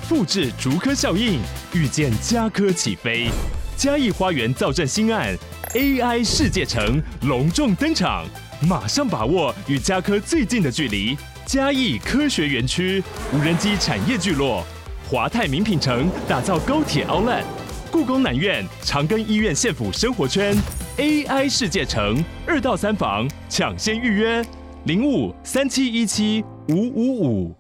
复制竹科效应，预见嘉科起飞。嘉义花园造镇新案 AI 世界城隆重登场，马上把握与嘉科最近的距离。嘉义科学园区无人机产业聚落，华泰名品城打造高铁 Outlet， 故宫南院长庚医院县府生活圈 AI 世界城2到3房抢先预约0537175555。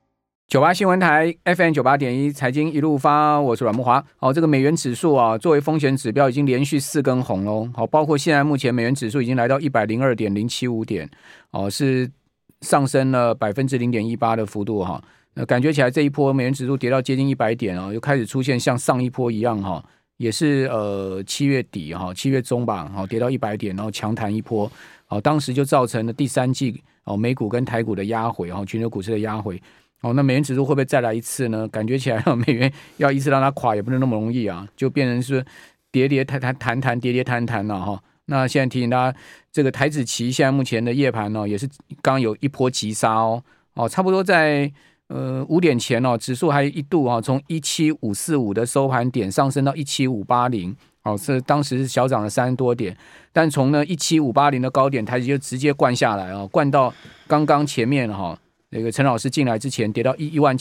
98新闻台 FM 98.1财经一路发，我是阮慕骅。这个美元指数啊，作为风险指标已经连续4根红喽。包括现在目前美元指数已经来到 102.075 点，是上升了 0.18% 的幅度哈。感觉起来这一波美元指数跌到接近100点又开始出现像上一波一样哈，也是7月底7月中吧，跌到100点，然后强弹一波，当时就造成了第三季美股跟台股的压回，全球股市的压回。那美元指数会不会再来一次呢？感觉起来美元要一次让它垮也不是那么容易啊，就变成是跌跌弹弹了哈。那现在提醒大家，这个台指期现在目前的夜盘也是刚有一波急杀差不多在5点前指数还一度从17545的收盘点上升到17580，是当时是小涨了30多点，但从呢17580的高点，台指就直接灌下来灌到刚刚前面那个陈老师进来之前跌到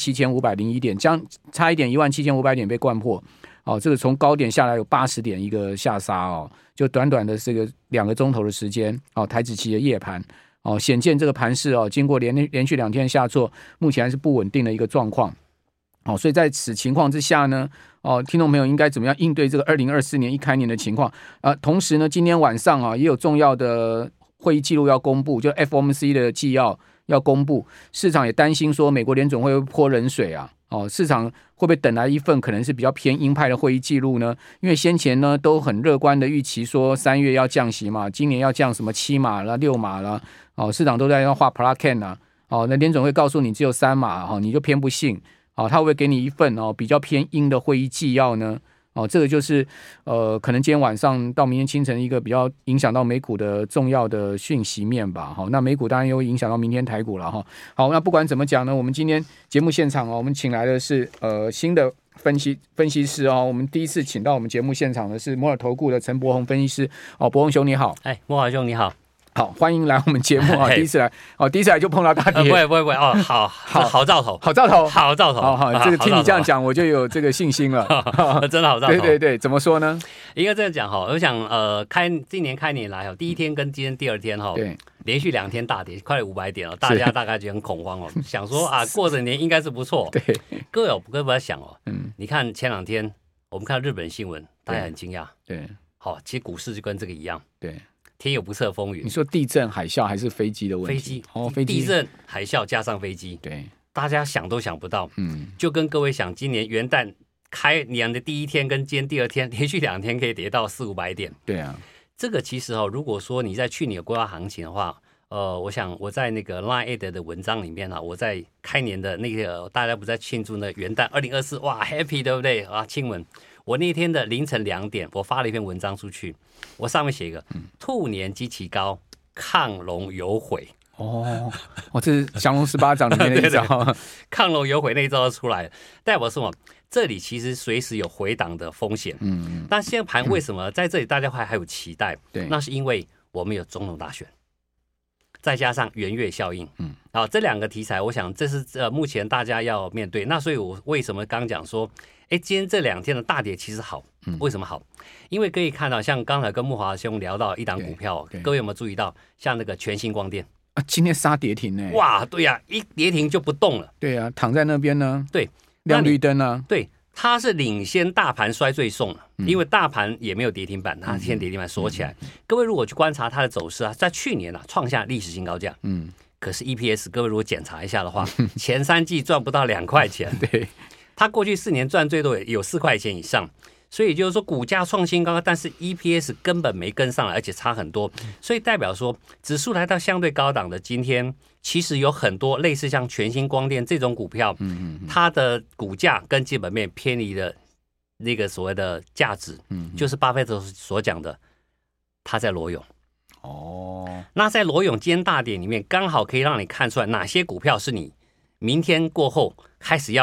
17501点，差一点17500点被灌破，这个从高点下来有80点一个下杀就短短的这个2个钟头的时间台指期的夜盘显见这个盘势经过连续2天下挫，目前还是不稳定的一个状况所以在此情况之下呢听众朋友应该怎么样应对这个2024年一开年的情况同时呢今天晚上也有重要的会议记录要公布，就 FOMC 的纪要公布，市场也担心说美国联准会泼冷水市场会不会等来一份可能是比较偏鹰派的会议记录呢？因为先前呢都很乐观的预期说3月要降息嘛，今年要降什么7码啦6码啦市场都在要画 Plan 那联准会告诉你只有3码你就偏不信他会不会给你一份比较偏鹰的会议纪要呢？这个就是可能今天晚上到明天清晨一个比较影响到美股的重要的讯息面吧。那美股当然又影响到明天台股了好，那不管怎么讲呢，我们今天节目现场我们请来的是新的分析师我们第一次请到我们节目现场的是摩尔投顾的陈柏宏分析师柏宏兄你好。 慕骅兄你好。 好，欢迎来我们节目第一次来就碰到大跌， 不会好兆头， 好，这个听你这样讲我就有这个信心了真的好兆头。 对，怎么说呢？ 应该这样讲我想今年开年来第一天跟今天第二天对， 连续2天大跌，快500点大家大概就很恐慌想说过整年应该是不错。 对， 各位不要想你看前2天我们看日本新闻，大家很惊讶。 对， 好，其实股市就跟这个一样。 对。 天有不测风云， 你说地震、海啸还是飞机的问题？ 飞机， 地震、海啸加上飞机， 对， 大家想都想不到。就跟各位想，今年元旦开年的第一天跟今天第二天，连续2天可以跌到400-500点。 对啊， 这个其实如果说你在去年有规划行情的话，我想我在那个 Line 的文章里面我在开年的那个大家不在庆祝那元旦2024，哇 happy 对不对亲吻。我那天的凌晨2点，我发了一篇文章出去，我上面写一个兔年基期高，亢龙有悔。 这是降龙18掌里面的一招。 亢龙有悔那一招出来了，代表什么？这里其实随时有回档的风险。但现在盘为什么在这里大家还有期待？ 对， 那是因为我们有总统大选，再加上元月效应。这2个题材，我想这是目前大家要面对。那所以我为什么刚讲说今天这2天的大跌其实好，为什么好？因为可以看到，像刚才跟慕骅兄聊到一档股票，各位有没有注意到，像那个全新光电今天杀跌停呢？ 哇，对呀，一跌停就不动了。 对啊，躺在那边呢。 对， 亮绿灯啊。 对，它是领先大盘衰最重了，因为大盘也没有跌停板，它先跌停板锁起来。各位如果去观察它的走势在去年创下历史新高价。可是 EPS 各位如果检查一下的话，前3季赚不到2块钱。 对。 它过去4年赚最多有4块钱以上，所以就是说股价创新高，但是 EPS 根本没跟上来，而且差很多，所以代表说指数来到相对高档的今天，其实有很多类似像全新光电这种股票，它的股价跟基本面偏离的那个所谓的价值，就是巴菲特所讲的，他在裸泳。那在裸泳今天大跌里面，刚好可以让你看出来哪些股票是你明天过后开始要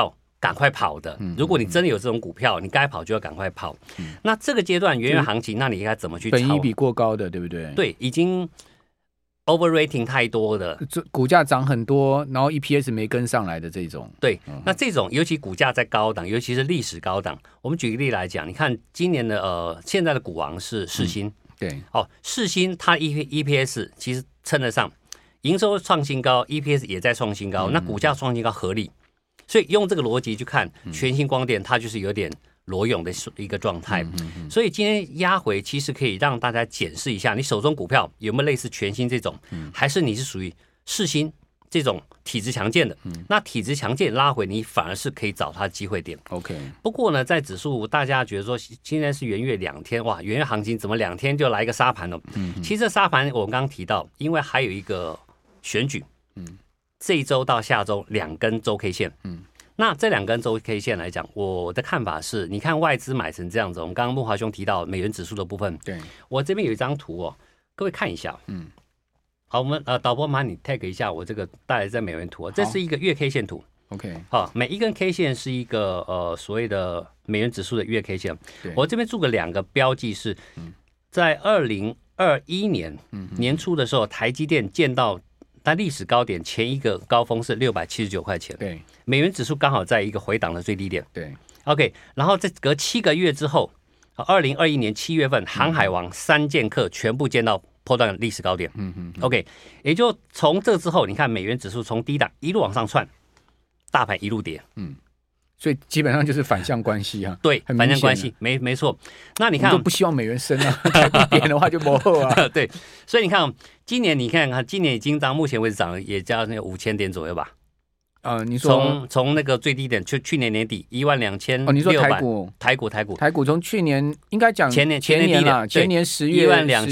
赶快跑的。如果你真的有这种股票，你该跑就要赶快跑。那这个阶段元月行情，那你应该怎么去炒？ 本益比过高的，对不对？ 对，已经 overrating 太多的， 股价涨很多，然后 EPS 没跟上来的这种。 对，那这种尤其股价在高档，尤其是历史高档，我们举个例来讲，你看今年的现在的股王是世芯， 对， 世芯它 EPS 其实称得上，营收创新高 ，EPS 也在创新高，那股价创新高合理，所以用这个逻辑去看，全新光电它就是有点裸泳的一个状态，所以今天压回其实可以让大家检视一下，你手中股票有没有类似全新这种，还是你是属于世芯这种体质强健的，那体质强健拉回，你反而是可以找它的机会点。 OK， 不过呢，在指数大家觉得说今天是元月2天，哇，元月行情怎么2天就来一个沙盘了？其实这沙盘我刚刚提到，因为还有一个选举，这一周到下周2根周 K 线，那这2根周 K 线来讲，我的看法是，你看外资买成这样子，我们刚刚木华兄提到美元指数的部分， 对， 我这边有一张图各位看一下，好，我们导播麻烦你 tag 一下我这个带来在美元图，这是一个月 K 线图 ，OK， 好，每一根 K 线是一个所谓的美元指数的月 K 线，我这边做个2个标记是，在2021年年初的时候，台积电见到它历史高点前一个高峰是679块钱， 对， 美元指数刚好在一个回档的最低点， 对 ，OK， 然后在隔7个月之后，2021年7月份，航海王3剑客全部见到波段历史高点，OK， 也就从这之后，你看美元指数从低档一路往上窜，大盘一路跌， 所以基本上就是反向关系啊， 对，反向关系，没错。那你看， 我们就不希望美元升啊，台币贬的话就不好啊。 对，所以你看，今年你看，今年已经到目前为止涨了也加那5000点左右吧。 你说从那个最低点，去年年底12600， 你说台股从去年应该讲前年啦，前年10月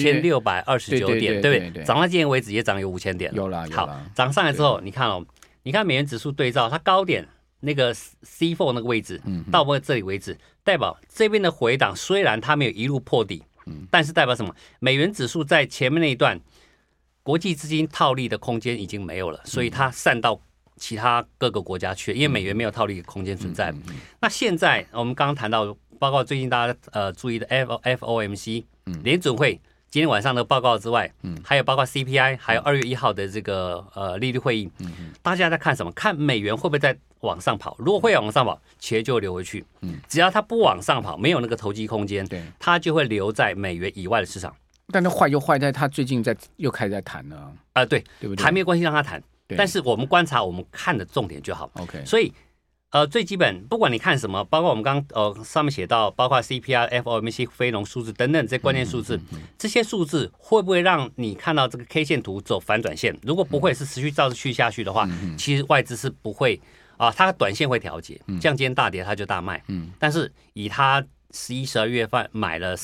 12629点，对不对？涨到今年为止也涨有5000点了， 有啦。 好，涨上来之后，你看美元指数对照它高点。那个 C4 那个位置，到这里为止，代表这边的回档虽然它没有一路破底，但是代表什么？美元指数在前面那一段，国际资金套利的空间已经没有了，所以它散到其他各个国家去，因为美元没有套利的空间存在。那现在我们刚刚谈到，包括最近大家注意的 FOMC 联准会今天晚上的报告之外，还有包括 CPI， 还有2月1号的这个利率会议，大家在看什么？看美元会不会再往上跑？如果会往上跑，钱就流回去。只要它不往上跑，没有那个投机空间，它就会留在美元以外的市场。 但那坏就坏在它最近又开始在谈了对不对？谈没关系，让它谈。但是我们观察，我们看的重点就好。 OK， 所以最基本，不管你看什么，包括我们刚上面写到，包括 CPI、FOMC 非农数字等等这些关键数字，这些数字会不会让你看到这个 K 线图走反转线？如果不会，是持续照着去下去的话，其实外资是不会它短线会调节，这样今天大跌它就大卖。但是以它11、12月份买了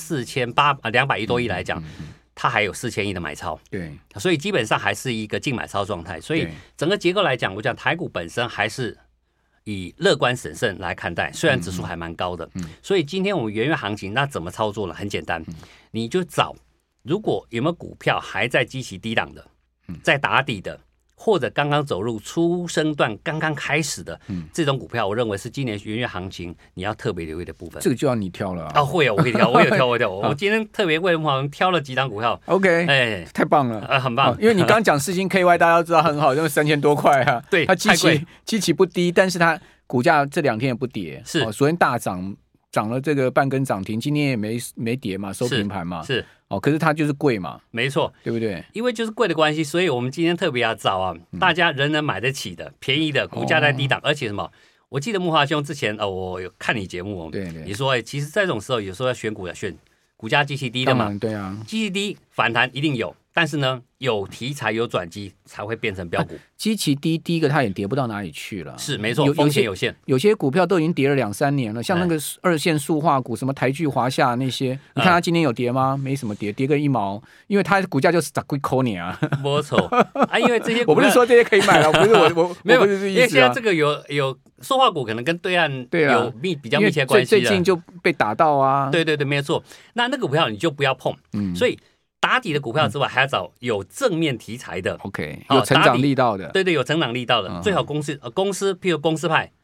200亿多亿来讲，它还有4000亿的买超， 对， 所以基本上还是一个净买超状态。所以整个结构来讲，我讲台股本身还是以乐观审慎来看待，虽然指数还蛮高的，所以今天我们元月行情那怎么操作呢？很简单，你就找如果有没有股票还在基期低档的，在打底的，或者刚刚走入初升段刚刚开始的这种股票，我认为是今年元月行情你要特别留意的部分。 这个就要你挑了啊！ 会啊，我可以挑，我有挑。我今天特别为我们挑了几档股票。 OK， 太棒了， 很棒。 因为你刚讲世芯 KY， 大家都知道很好，因为3000多块啊。 对， 它基期不低，但是它股价这2天也不跌， 是昨天大涨了这个半根涨停，今天也没跌嘛，收平盘嘛。 是可是它就是贵嘛， 没错， 对不对？ 因为就是贵的关系，所以我们今天特别要找大家人人买得起的、便宜的，股价在低档，而且什么？我记得木华兄之前我有看你节目对， 你说其实在这种时候有时候要选股要选股价基期低的嘛， 对啊， 基期低反弹一定有，但是呢有题材有转机才会变成标股。 基期低，第一个它也跌不到哪里去了， 是没错，风险有限。 有些股票都已经跌了2-3年了，像那个2线塑化股，什么台聚、华夏那些，你看它今年有跌吗？没什么跌，跌个1毛，因为它股价就是咋贵抠你啊， 没错因为这些股我不是说这些可以买了，不是我没有， 不是这意思因为现在这个有塑化股可能跟对岸有比较密切关系， 最近就被打到啊， 对，没有错。那个股票你就不要碰，所以。打底的股票之外，还要找有正面题材的 ，OK， 有成长力道的， 对，有成长力道的，最好公司，譬如公司派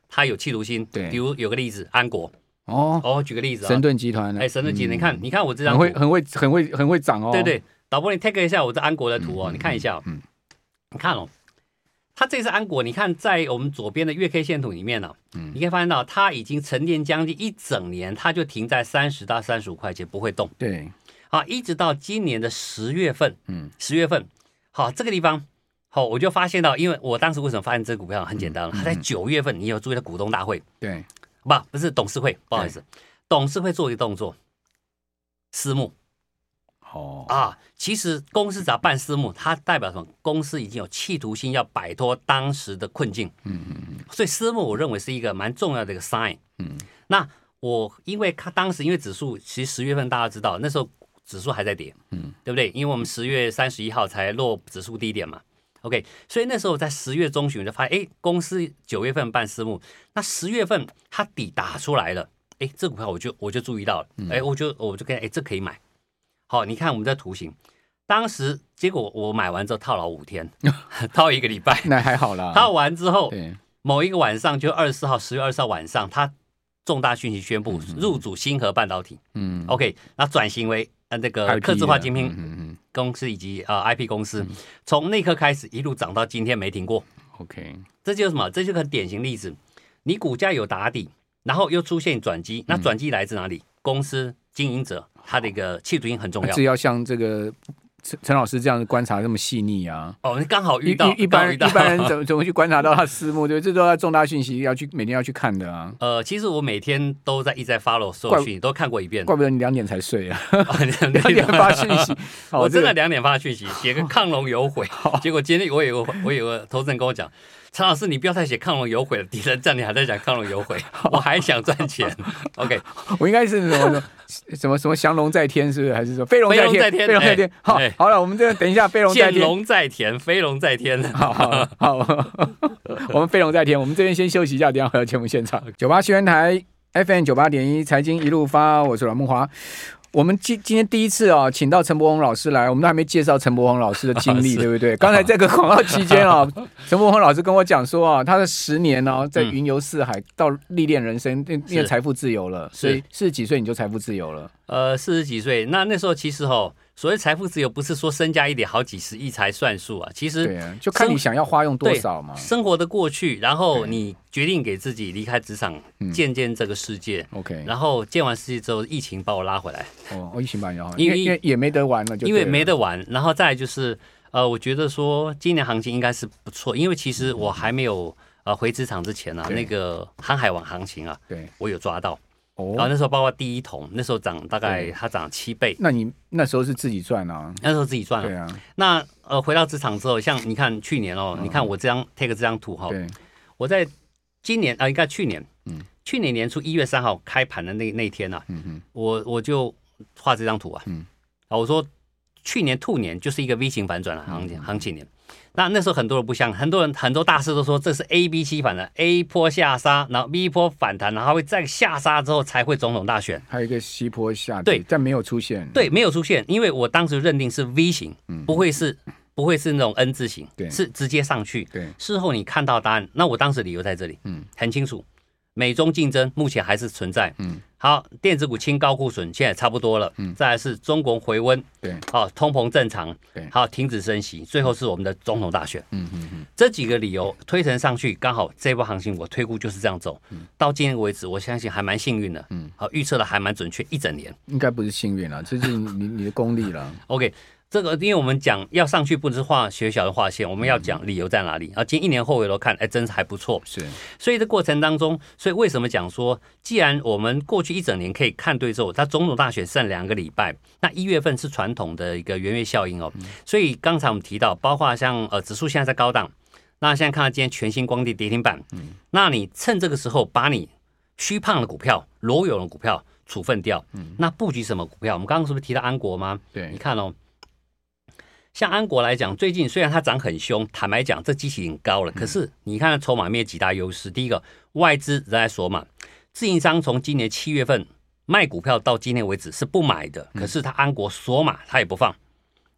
它有企图心。 对， 比如有个例子，安国。举个例子啊， 神盾集团。 神盾集团，你看我这张图， 很会涨哦。 对，导播你 take 一下我这安国的图哦，你看一下。你看哦，它这次安国，你看在我们左边的月 K 线图里面呢，你可以发现到它已经沉淀将近一整年，它就停在30到35块钱不会动。 对， 好，一直到今年的10月份，10月份，好，这个地方，好，我就发现到，因为我当时为什么发现这个股票很简单了，它在9月份，你有注意到股东大会， 对， 不是董事会，不好意思，董事会做一个动作，私募。其实公司只要办私募，它代表什么？公司已经有企图心要摆脱当时的困境。所以私募我认为是一个蛮重要的一个 sign。那我因为当时因为指数其实10月份大家知道那时候指数还在跌，对不对？因为我们10月31号才落指数低点嘛。OK， 所以那时候在10月中旬就发现，公司9月份办私募，那10月份它底打出来了，这股票我就注意到了，我就跟这可以买。好，你看我们这图形，当时结果我买完之后套牢5天，套1个礼拜， 那还好啦。 套完之后，某一个晚上就10月24号晚上，他重大讯息宣布入主星河半导体，OK， 那转型为那个客制化晶片公司以及IP 公司，从那刻开始一路涨到今天没停过。 OK， 这就是什么？这就是很典型例子，你股价有打底，然后又出现转机，那转机来自哪里？公司经营者他的一个企图心很重要， 只要像这个陈老师这样的观察这么细腻啊！ 你刚好遇到一般人怎么去观察到他私募？对，这都要重大讯息每天要去看的啊。 其实我每天一直在 follow 所有讯息，都看过一遍。 怪不得你2点才睡啊！2点发讯息， 我真的2点发讯息，写个亢龙有悔。结果今天我有个投资人跟我讲，陈老师，你不要再写亢龙有悔了，敌人战你还在讲亢龙有悔，我还想赚钱。OK， 我应该是什么降龙在天，是不是？还是说飞龙在天？飞龙在天。好了，我们这等一下飞龙在天， 见龙在田，飞龙在天。 好，我们飞龙在天，我们这边先休息一下，等一下回到节目现场。98新闻台 FM 98.1财经一路发，我是阮慕骅。我们今天第一次请到陈柏宏老师来，我们都还没介绍陈柏宏老师的经历，对不对？刚才这个广告期间陈柏宏老师跟我讲说他的10年在云游四海到历练人生，因为财富自由了，所以40几岁你就财富自由了。 40几岁，那时候其实所谓财富自由，不是说身家一点好几十亿才算数啊。其实对啊，就看你想要花用多少嘛。 生活的过去，然后你决定给自己离开职场，见这个世界。 OK， 然后见完世界之后，疫情把我拉回来。 疫情把你拉回来，因为也没得玩了， 因为没得玩。然后再来就是我觉得说今年行情应该是不错，因为其实我还没有回职场之前那个航海王行情对， 我有抓到。然后那时候包括第一桶，那时候涨大概它涨7倍。 那你那时候是自己赚啊？ 那时候自己赚了。 对啊。 那回到职场之后，像你看去年你看我take 这张图我在今年应该去年，去年年初1月3号开盘的那天我就画这张图我说去年兔年就是一个 V 型反转的行情年。那时候很多人不相信，很多大师都说这是 A、B 反的 ，A 波下杀，然后 B 波反弹，然后会再下杀之后才会总统大选。 还有一个C 波下跌，但没有出现。 对，没有出现，因为我当时认定是 V 型，不会是那种 N 字形，是直接上去。 对， 事后你看到答案，那我当时理由在这里，很清楚。美中竞争目前还是存在，好，电子股清高库存现在差不多了，再来是中国回温， 对， 好，通膨正常， 对， 好，停止升息，最后是我们的总统大选，这几个理由推陈上去，刚好这波行情我推估就是这样走，到今天为止，我相信还蛮幸运的，好，预测的还蛮准确，一整年， 应该不是幸运啦，这是你的功力啦。 OK。这个，因为我们讲要上去，不是学小的划线，我们要讲理由在哪里。然后今天1年后回头看，真是还不错。 是， 所以这过程当中，所以为什么讲说，既然我们过去一整年可以看对之后，它总统大选剩2个礼拜，那1月份是传统的一个元月效应所以刚才我们提到，包括像指数现在在高档，那现在看到今天全新光电跌停板，那你趁这个时候把你虚胖的股票、裸有的股票处分掉，那布局什么股票？我们刚刚是不是提到安国吗？ 对， 你看像安国来讲，最近虽然它涨很凶，坦白讲，这基期很高了。可是你看筹码面几大优势，第一个，外资仍在锁码，自营商从今年7月份卖股票到今天为止是不买的，可是它安国锁码它也不放。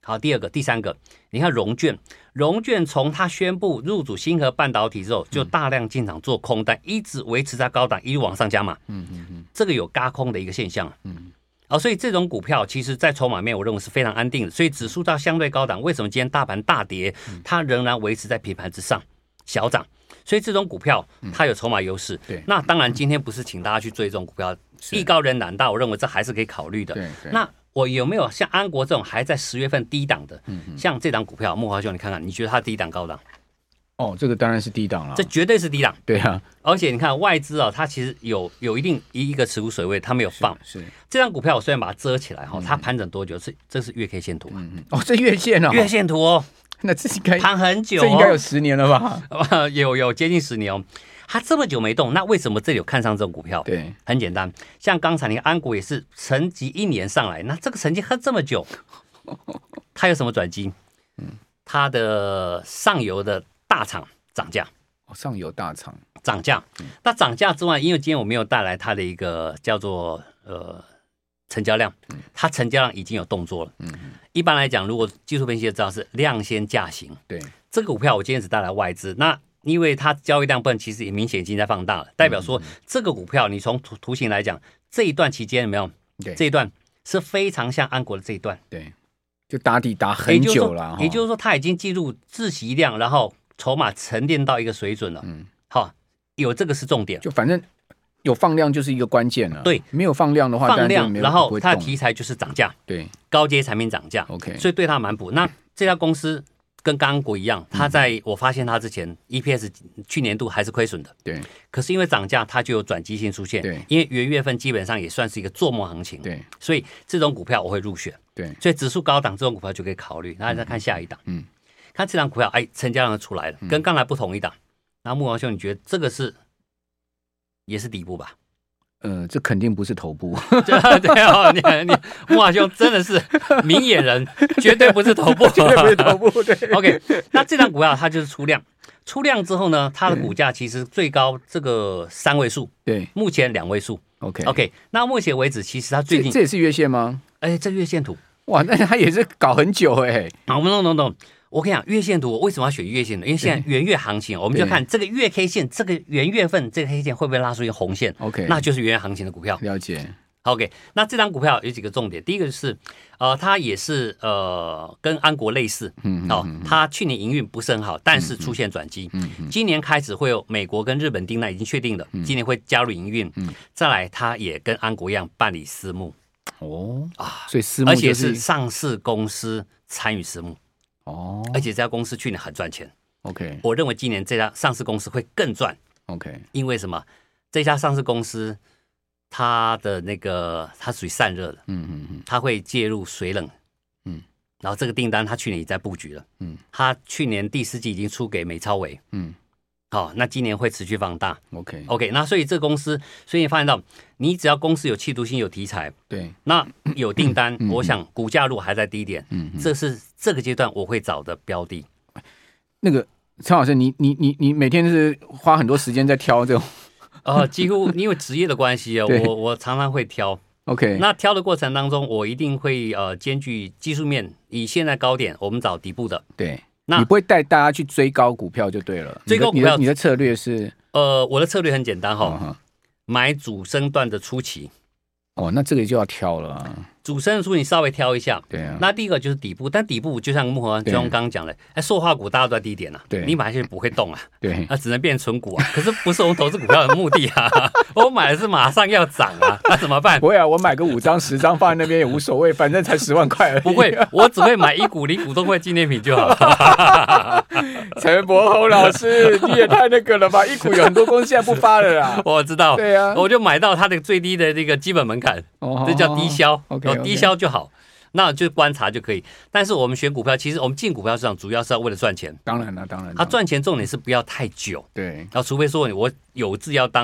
好，第三个，你看融券从它宣布入主星河半导体之后，就大量进场做空单，一直维持在高档，一路往上加码。这个有轧空的一个现象。所以这种股票其实在筹码面我认为是非常安定的，所以指数到相对高档，为什么今天大盘大跌，它仍然维持在平盘之上小涨？所以这种股票它有筹码优势。那当然今天不是请大家去追这种股票，艺高人胆大，我认为这还是可以考虑的。那我有没有像安国这种还在10月份低档的？像这档股票，慕骅兄，你看看，你觉得它低档高档？ 这个当然是低档了， 这绝对是低档。 对啊， 而且你看外资它其实有一定一个持股水位，它没有放。 是这张股票我虽然把它遮起来它盘整多久？这是月 K 线图。 这月线哦， 月线图哦， 那这应该盘很久， 这应该有10年了吧？ 有接近10年哦。它这么久没动，那为什么这里有看上这种股票？ 对， 很简单，像刚才你看安国也是沉寂1年上来，那这个成绩喝这么久，它有什么转机？它的上游的大厂涨价， 上游大厂涨价。那涨价之外，因为今天我没有带来它的一个叫做成交量，它成交量已经有动作了。一般来讲，如果技术分析就知道是量先价行。 对， 这个股票我今天只带来外资，那因为它交易量部分其实也明显已经在放大了，代表说这个股票你从图形来讲，这一段期间有没有？这一段是非常像安国的这一段。 对，就打底打很久了。 也就是说，它已经进入自息量，然后筹码沉淀到一个水准了。好，有这个是重点。 就反正有放量就是一个关键了。 对， 没有放量的话， 放量，然后它的题材就是涨价。 对， 高阶产品涨价。 OK， 所以对它蛮补。那这家公司跟安国一样，它在我发现它之前 EPS 去年度还是亏损的。 对， 可是因为涨价，它就有转机性出现。 对， 因为元月份基本上也算是一个做梦行情。 对， 所以这种股票我会入选。 对， 所以指数高档这种股票就可以考虑。然后再看下一档。看这档股票，成交量出来了，跟刚才不同一档。然后慕骅兄，你觉得这个也是底部吧？ 这肯定不是头部。 对哦，你慕骅兄真的是明眼人，绝对不是头部， 绝对不是头部。对 ，OK， 那这张股票它就是出量之后呢，它的股价其实最高这个3位数， 对， 目前2位数。OK， 那目前为止，其实它最近这也是月线吗？ 这月线图， 哇，那它也是搞很久好，我们懂。我跟你讲，月线图我为什么要选月线呢？因为现在元月行情，我们就看这个月 K 线，这个元月份这个黑线会不会拉出一个红线 ？OK， 那就是元月行情的股票。 了解。 OK， 那这张股票有几个重点，第一个就是它也是跟安国类似，它去年营运不是很好，但是出现转机。今年开始会有美国跟日本订单已经确定了，今年会加入营运。再来，它也跟安国一样办理私募。 所以私募而且是上市公司参与私募。而且这家公司去年很赚钱。 OK， 我认为今年这家上市公司会更赚。 OK， 因为什么？这家上市公司它的它属于散热的，它会介入水冷，然后这个订单它去年已在布局了，它去年第4季已经出给美超微，好，那今年会持续放大。OK， 那所以这个公司，所以你发现到，你只要公司有企图心、有题材， 对， 那有订单，我想股价如果还在低点，这是这个阶段我会找的标的。 那个陈老师，你每天是花很多时间在挑这种？ 几乎因为职业的关系我常常会挑。 OK， 那挑的过程当中，我一定会兼具技术面，以现在高点，我们找底部的。 对。你不会带大家去追高股票就对了。 追高股票， 你的策略是？ 我的策略很简单买主升段的初期。 那这个就要挑了主升初你稍微挑一下。 对啊。 那第一个就是底部，但底部就像慕骅兄刚刚讲的，塑化股大家都在低点对， 你买下去不会动对， 那只能变纯股可是不是我们投资股票的目的我买的是马上要涨那怎么办？ 不会我买个5张10张放在那边也无所谓，反正才10万块而已。 不会，我只会买1股离股东会纪念品就好了。 陈柏宏老师，你也太那个了吧！1股有很多公司现在不发了啦。 我知道， 对啊， 我就买到它的最低的那个基本门槛，这叫低消，低消就好。那就观察就可以。但是我们选股票，其实我们进股票市场主要是要为了赚钱。 当然了。 它赚钱重点是不要太久。 对。 然后除非说我有志要当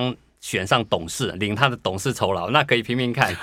选上董事，领他的董事酬劳，那可以拼命看。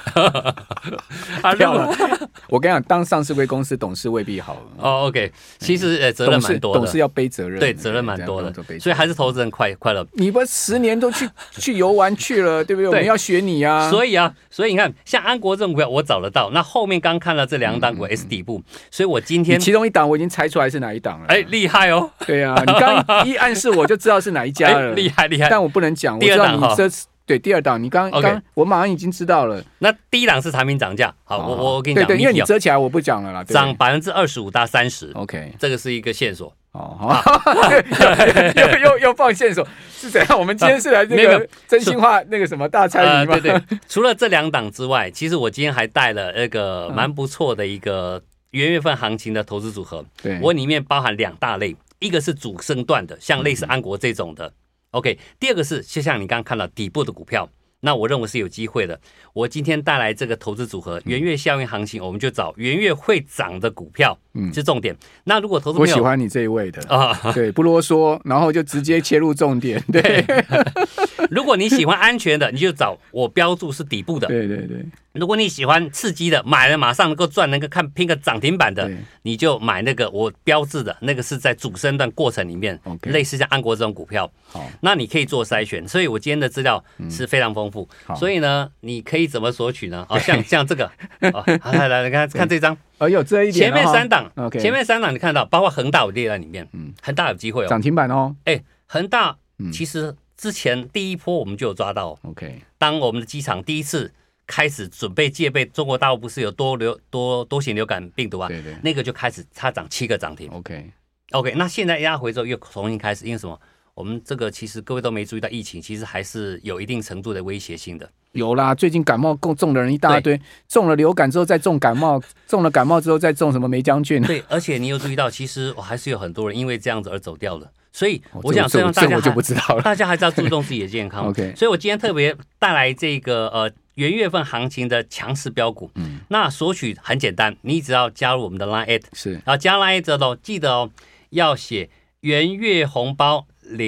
我跟你讲，当上市贵公司董事未必好。 哦 ，OK， 其实责任蛮多的， 董事要背责任， 对，责任蛮多的，所以还是投资人快乐。 你不10年都去游玩去了，对不对？我们要学你啊。 所以你看，像安国这种股票我找得到，那后面刚看了这2档股 S 底部，所以我今天其中一档我已经猜出来是哪一档了。 哎，厉害哦！ 对啊，你刚一暗示我就知道是哪一家了， 厉害。 但我不能讲，我第二档哈。 对，第2档你刚我马上已经知道了。 那第1档是产品涨价，好，我跟你讲， 对，因为你遮起来，我不讲了啦。 涨25%到30%， OK， 这个是一个线索。 好，又放线索是怎样？我们今天是来这个真心话那个什么大猜谜吗？ 对，除了这2档之外，其实我今天还带了那个蛮不错的一个元月份行情的投资组合。 对， 我里面包含2大类，一个是主升段的，像类似安国这种的。OK， 第二个是就像你刚刚看到底部的股票，那我认为是有机会的。我今天带来这个投资组合，元月效应行情，我们就找元月会涨的股票，是重点。那如果投资朋友， 我喜欢你这一位的对，不啰嗦，然后就直接切入重点。对， 如果你喜欢安全的，你就找我标注是底部的。 对。 如果你喜欢刺激的，买了马上能够赚，能够拼个涨停板的，你就买那个我标志的那个是在主升段过程里面，类似像安国这种股票。好，那你可以做筛选。所以我今天的资料是非常丰富。所以呢，你可以怎么索取呢？像这个，来看这张。 这一点前面3档，前面3档你看到，包括恒大我列在里面，恒大有机会涨停板哦。 恒大其实之前第一波我们就有抓到。OK， 当我们的机场第一次开始准备戒备，中国大陆不是有多型流感病毒啊？对，那个就开始它涨7个涨停。OK， 那现在压回之后又重新开始，因为什么？我们这个其实各位都没注意到，疫情其实还是有一定程度的威胁性的。 有啦，最近感冒中的人一大堆，中了流感之后再中感冒，中了感冒之后再中什么梅浆菌。 对，而且你有注意到，其实还是有很多人因为这样子而走掉了。所以我想让大家我就不知道了， 大家还是要注重自己的健康。 OK， 所以我今天特别带来这个元月份行情的强势标股。那索取很简单，你只要加入我们的 Line@ 是，然后加 Line@ 的记得要写元月红包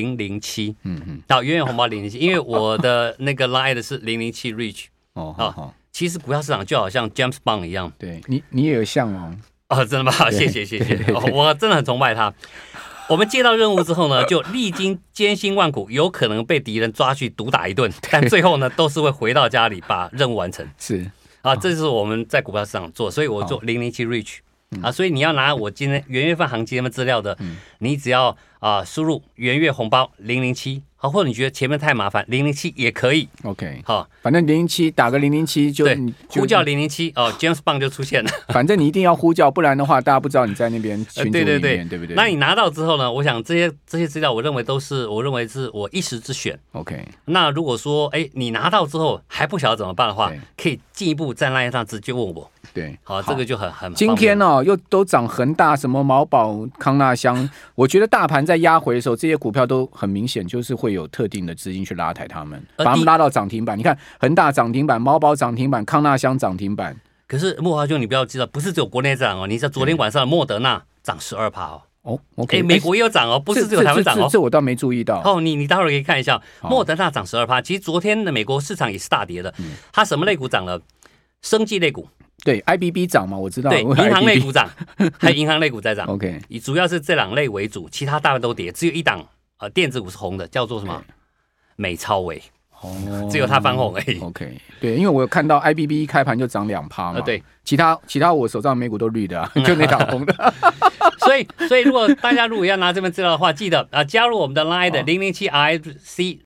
007，到元月红包007，因为我的那个 Line 是007 Reach 其实股票市场就好像 James Bond 一样， 对你也有像真的吗？谢谢，我真的很崇拜他。我们接到任务之后呢，就历经艰辛万苦，有可能被敌人抓去毒打一顿，但最后呢，都是会回到家里把任务完成。 是这是我们在股票市场做，所以我做007 Reach。所以你要拿我今天元月份行情的资料的，你只要输入元月红包007，或者你觉得前面太麻烦，007也可以。 OK， 好，反正007打个007就呼叫007 James Bond 就出现了。 反正你一定要呼叫，不然的话大家不知道你在那边群组里面，对不对？ 那你拿到之后呢？我想这些资料，我认为是我一时之选。 OK， 那如果说你拿到之后还不晓得怎么办的话，可以进一步在 LINE 上直接问我。 对， 好，这个就很今天又都涨恒大、什么毛宝、康纳香，我觉得大盘在压回的时候，这些股票都很明显就是会有特定的资金去拉抬他们，把他们拉到涨停板。你看恒大涨停板、毛宝涨停板、康纳香涨停板。 可是慕骅兄，你不要记得，不是只有国内涨哦，你知道昨天晚上的莫德纳涨12%哦。 OK， 美国也有涨哦，不是只有台湾涨哦。 这我倒没注意到。 你待会儿可以看一下，莫德纳涨12%。其实昨天的美国市场也是大跌的，它什么类股涨了？生技类股。 对 ，IBB 涨嘛，我知道。 对，银行类股涨，还有银行类股在涨。 OK， 主要是这2类为主，其他大部分都跌，只有一档电子股是红的，叫做什么？美超微。只有它翻红而已。 OK， 对，因为我有看到 IBB 一开盘就涨2%嘛。 对，其他我手上美股都绿的就那档红的。 所以如果大家要拿这份资料的话，记得加入我们的 Line 的007 RFC